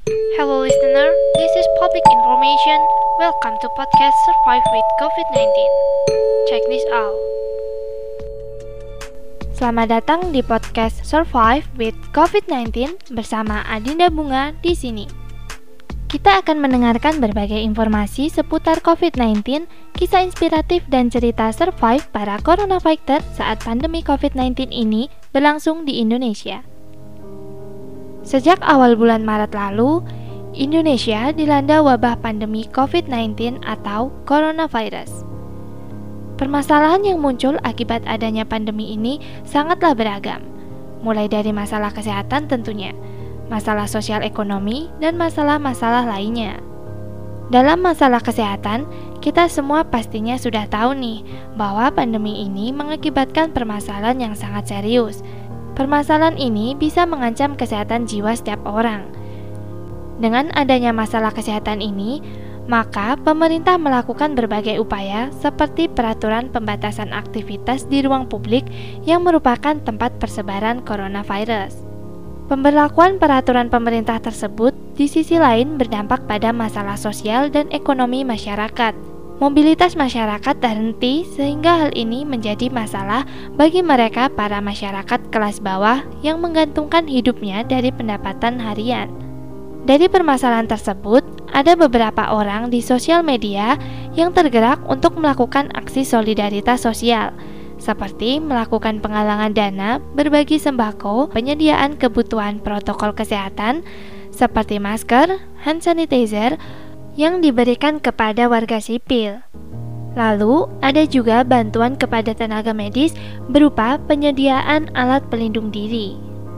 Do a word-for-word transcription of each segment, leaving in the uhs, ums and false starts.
Hello listener, this is public information. Welcome to podcast Survive with covid sembilan belas. Check this out. Selamat datang di podcast Survive with covid sembilan belas bersama Adinda Bunga di sini. Kita akan mendengarkan berbagai informasi seputar covid sembilan belas, kisah inspiratif dan cerita survive para corona fighter saat pandemi covid sembilan belas ini berlangsung di Indonesia. Sejak awal bulan Maret lalu, Indonesia dilanda wabah pandemi covid sembilan belas atau coronavirus. Permasalahan yang muncul akibat adanya pandemi ini sangatlah beragam, mulai dari masalah kesehatan tentunya, masalah sosial ekonomi, dan masalah-masalah lainnya. Dalam masalah kesehatan, kita semua pastinya sudah tahu nih bahwa pandemi ini mengakibatkan permasalahan yang sangat serius. Permasalahan ini bisa mengancam kesehatan jiwa setiap orang. Dengan adanya masalah kesehatan ini, maka pemerintah melakukan berbagai upaya seperti peraturan pembatasan aktivitas di ruang publik yang merupakan tempat persebaran coronavirus. Pemberlakuan peraturan pemerintah tersebut di sisi lain berdampak pada masalah sosial dan ekonomi masyarakat. Mobilitas masyarakat terhenti sehingga hal ini menjadi masalah bagi mereka para masyarakat kelas bawah yang menggantungkan hidupnya dari pendapatan harian. Dari permasalahan tersebut, ada beberapa orang di sosial media yang tergerak untuk melakukan aksi solidaritas sosial, seperti melakukan penggalangan dana, berbagi sembako, penyediaan kebutuhan protokol kesehatan, seperti masker, hand sanitizer, yang diberikan kepada warga sipil. Lalu, ada juga bantuan kepada tenaga medis berupa penyediaan alat pelindung diri.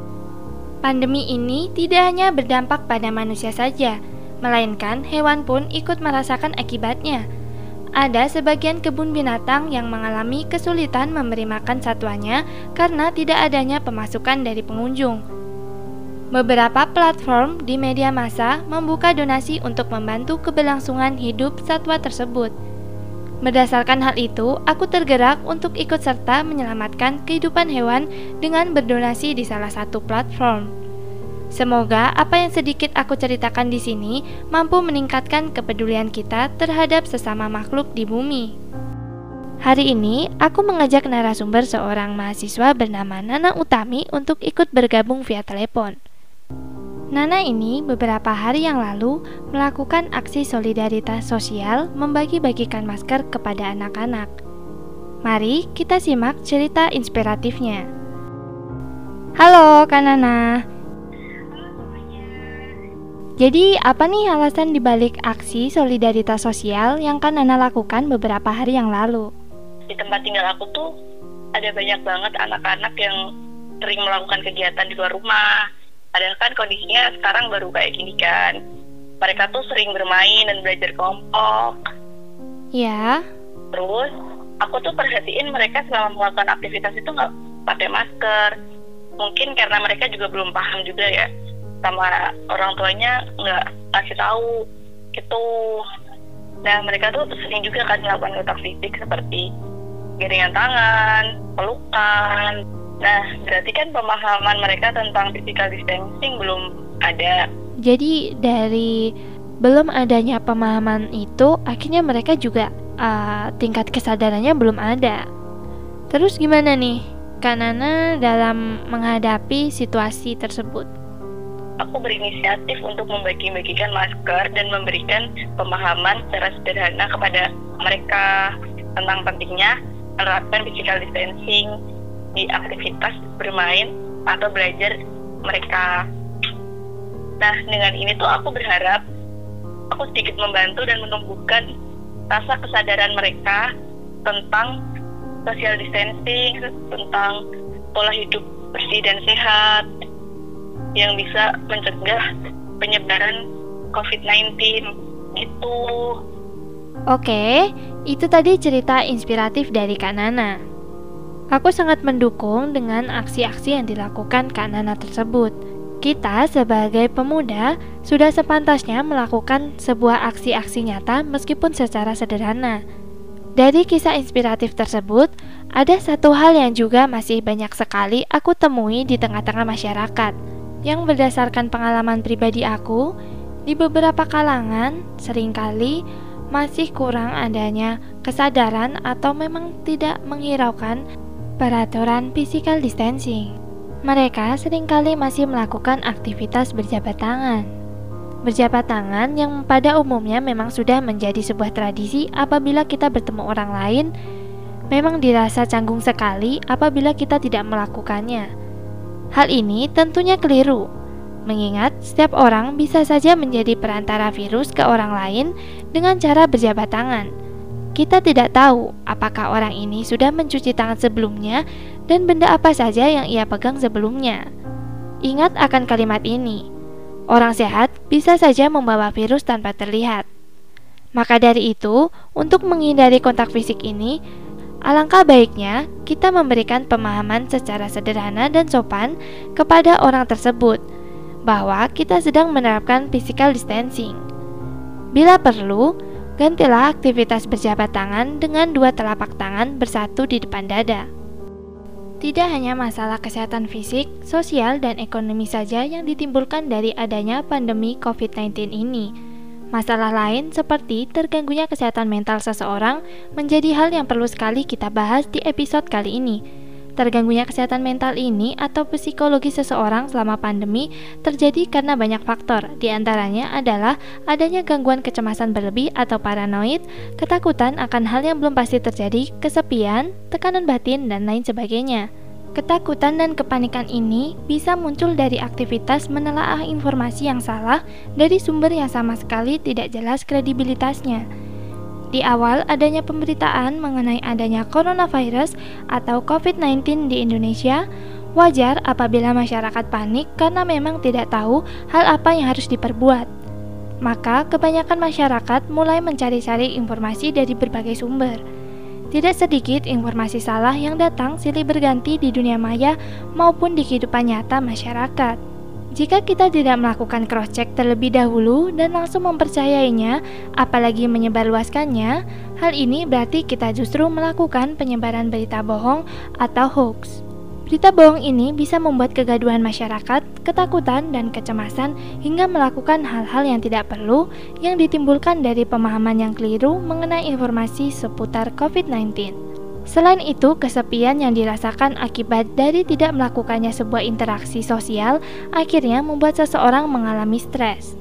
Pandemi ini tidak hanya berdampak pada manusia saja, melainkan hewan pun ikut merasakan akibatnya. Ada sebagian kebun binatang yang mengalami kesulitan memberi makan satwanya karena tidak adanya pemasukan dari pengunjung. Beberapa platform di media massa membuka donasi untuk membantu keberlangsungan hidup satwa tersebut. Berdasarkan hal itu, aku tergerak untuk ikut serta menyelamatkan kehidupan hewan dengan berdonasi di salah satu platform. Semoga apa yang sedikit aku ceritakan di sini mampu meningkatkan kepedulian kita terhadap sesama makhluk di bumi. Hari ini, aku mengajak narasumber seorang mahasiswa bernama Nana Utami untuk ikut bergabung via telepon. Nana ini beberapa hari yang lalu melakukan aksi solidaritas sosial membagi-bagikan masker kepada anak-anak. Mari kita simak cerita inspiratifnya. Halo Kak Nana. Jadi apa nih alasan dibalik aksi solidaritas sosial yang Kak Nana lakukan beberapa hari yang lalu? Di tempat tinggal aku tuh ada banyak banget anak-anak yang sering melakukan kegiatan di luar rumah. Padahal kan kondisinya sekarang baru kayak gini kan. Mereka tuh sering bermain dan belajar kelompok. Ya. Terus aku tuh perhatiin mereka selama melakukan aktivitas itu nggak pakai masker. Mungkin karena mereka juga belum paham juga ya, sama orang tuanya nggak kasih tahu gitu. Nah mereka tuh sering juga kan melakukan kontak fisik seperti giringan tangan, pelukan. Nah, berarti kan pemahaman mereka tentang physical distancing belum ada. Jadi dari belum adanya pemahaman itu, akhirnya mereka juga uh, tingkat kesadarannya belum ada. Terus gimana nih Kak Nana dalam menghadapi situasi tersebut? Aku berinisiatif untuk membagi-bagikan masker dan memberikan pemahaman secara sederhana kepada mereka tentang pentingnya menerapkan physical distancing di aktivitas bermain atau belajar mereka. Nah, dengan ini tuh aku berharap aku sedikit membantu dan menumbuhkan rasa kesadaran mereka tentang social distancing, tentang pola hidup bersih dan sehat yang bisa mencegah penyebaran covid sembilan belas gitu. Oke, itu tadi cerita inspiratif dari Kak Nana. Aku sangat mendukung dengan aksi-aksi yang dilakukan Kak Nana tersebut. Kita sebagai pemuda sudah sepantasnya melakukan sebuah aksi-aksi nyata meskipun secara sederhana. Dari kisah inspiratif tersebut, ada satu hal yang juga masih banyak sekali aku temui di tengah-tengah masyarakat. Yang berdasarkan pengalaman pribadi aku, Di beberapa kalangan, seringkali masih kurang adanya kesadaran atau memang tidak menghiraukan peraturan physical distancing. Mereka seringkali masih melakukan aktivitas berjabat tangan. Berjabat tangan yang pada umumnya memang sudah menjadi sebuah tradisi apabila kita bertemu orang lain, memang dirasa canggung sekali apabila kita tidak melakukannya. Hal ini tentunya keliru, mengingat setiap orang bisa saja menjadi perantara virus ke orang lain dengan cara berjabat tangan. Kita tidak tahu apakah orang ini sudah mencuci tangan sebelumnya dan benda apa saja yang ia pegang sebelumnya. Ingat akan kalimat ini, orang sehat bisa saja membawa virus tanpa terlihat. Maka dari itu, untuk menghindari kontak fisik ini, alangkah baiknya kita memberikan pemahaman secara sederhana dan sopan kepada orang tersebut bahwa kita sedang menerapkan physical distancing. Bila perlu, gantilah aktivitas berjabat tangan dengan dua telapak tangan bersatu di depan dada. Tidak hanya masalah kesehatan fisik, sosial, dan ekonomi saja yang ditimbulkan dari adanya pandemi covid sembilan belas ini. Masalah lain seperti terganggunya kesehatan mental seseorang menjadi hal yang perlu sekali kita bahas di episode kali ini. Terganggunya kesehatan mental ini atau psikologi seseorang selama pandemi terjadi karena banyak faktor. Di antaranya adalah adanya gangguan kecemasan berlebih atau paranoid, ketakutan akan hal yang belum pasti terjadi, kesepian, tekanan batin, dan lain sebagainya. Ketakutan dan kepanikan ini bisa muncul dari aktivitas menelaah informasi yang salah dari sumber yang sama sekali tidak jelas kredibilitasnya. Di awal adanya pemberitaan mengenai adanya coronavirus atau covid sembilan belas di Indonesia, wajar apabila masyarakat panik karena memang tidak tahu hal apa yang harus diperbuat. Maka kebanyakan masyarakat mulai mencari-cari informasi dari berbagai sumber. Tidak sedikit informasi salah yang datang silih berganti di dunia maya maupun di kehidupan nyata masyarakat. Jika kita tidak melakukan cross-check terlebih dahulu dan langsung mempercayainya, apalagi menyebarluaskannya, hal ini berarti kita justru melakukan penyebaran berita bohong atau hoax. Berita bohong ini bisa membuat kegaduhan masyarakat, ketakutan, dan kecemasan hingga melakukan hal-hal yang tidak perlu yang ditimbulkan dari pemahaman yang keliru mengenai informasi seputar covid sembilan belas. Selain itu, kesepian yang dirasakan akibat dari tidak melakukannya sebuah interaksi sosial akhirnya membuat seseorang mengalami stres.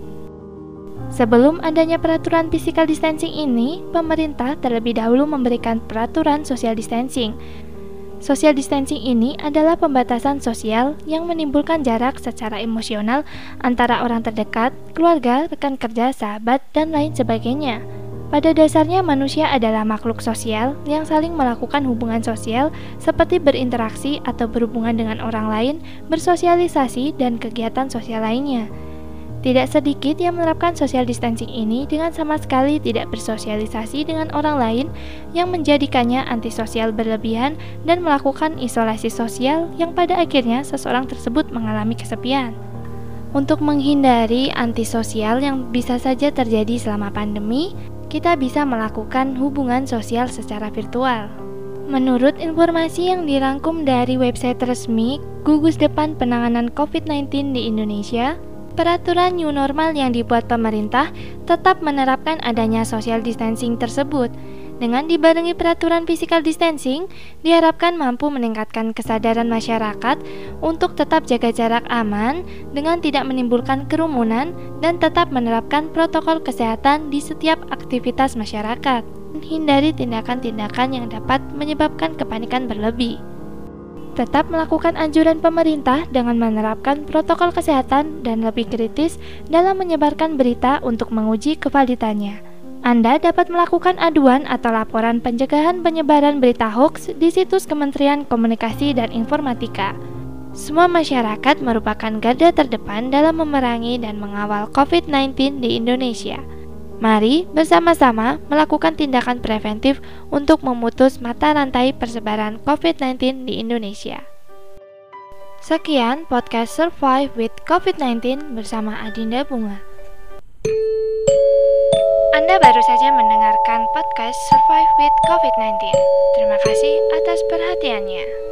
Sebelum adanya peraturan physical distancing ini, pemerintah terlebih dahulu memberikan peraturan social distancing. Social distancing ini adalah pembatasan sosial yang menimbulkan jarak secara emosional antara orang terdekat, keluarga, rekan kerja, sahabat, dan lain sebagainya. Pada dasarnya manusia adalah makhluk sosial yang saling melakukan hubungan sosial seperti berinteraksi atau berhubungan dengan orang lain, bersosialisasi, dan kegiatan sosial lainnya. Tidak sedikit yang menerapkan social distancing ini dengan sama sekali tidak bersosialisasi dengan orang lain yang menjadikannya antisosial berlebihan dan melakukan isolasi sosial yang pada akhirnya seseorang tersebut mengalami kesepian. Untuk menghindari antisosial yang bisa saja terjadi selama pandemi, kita bisa melakukan hubungan sosial secara virtual. Menurut informasi yang dirangkum dari website resmi Gugus Depan Penanganan covid sembilan belas di Indonesia, peraturan new normal yang dibuat pemerintah tetap menerapkan adanya social distancing tersebut. Dengan dibarengi peraturan physical distancing, diharapkan mampu meningkatkan kesadaran masyarakat untuk tetap jaga jarak aman dengan tidak menimbulkan kerumunan dan tetap menerapkan protokol kesehatan di setiap aktivitas masyarakat. Hindari tindakan-tindakan yang dapat menyebabkan kepanikan berlebih. Tetap melakukan anjuran pemerintah dengan menerapkan protokol kesehatan dan lebih kritis dalam menyebarkan berita untuk menguji kevaliditannya. Anda dapat melakukan aduan atau laporan pencegahan penyebaran berita hoax di situs Kementerian Komunikasi dan Informatika. Semua masyarakat merupakan garda terdepan dalam memerangi dan mengawal covid sembilan belas di Indonesia. Mari bersama-sama melakukan tindakan preventif untuk memutus mata rantai persebaran covid sembilan belas di Indonesia. Sekian podcast Survive with covid sembilan belas bersama Adinda Bunga. Anda baru saja mendengarkan podcast Survive with covid sembilan belas. Terima kasih atas perhatiannya.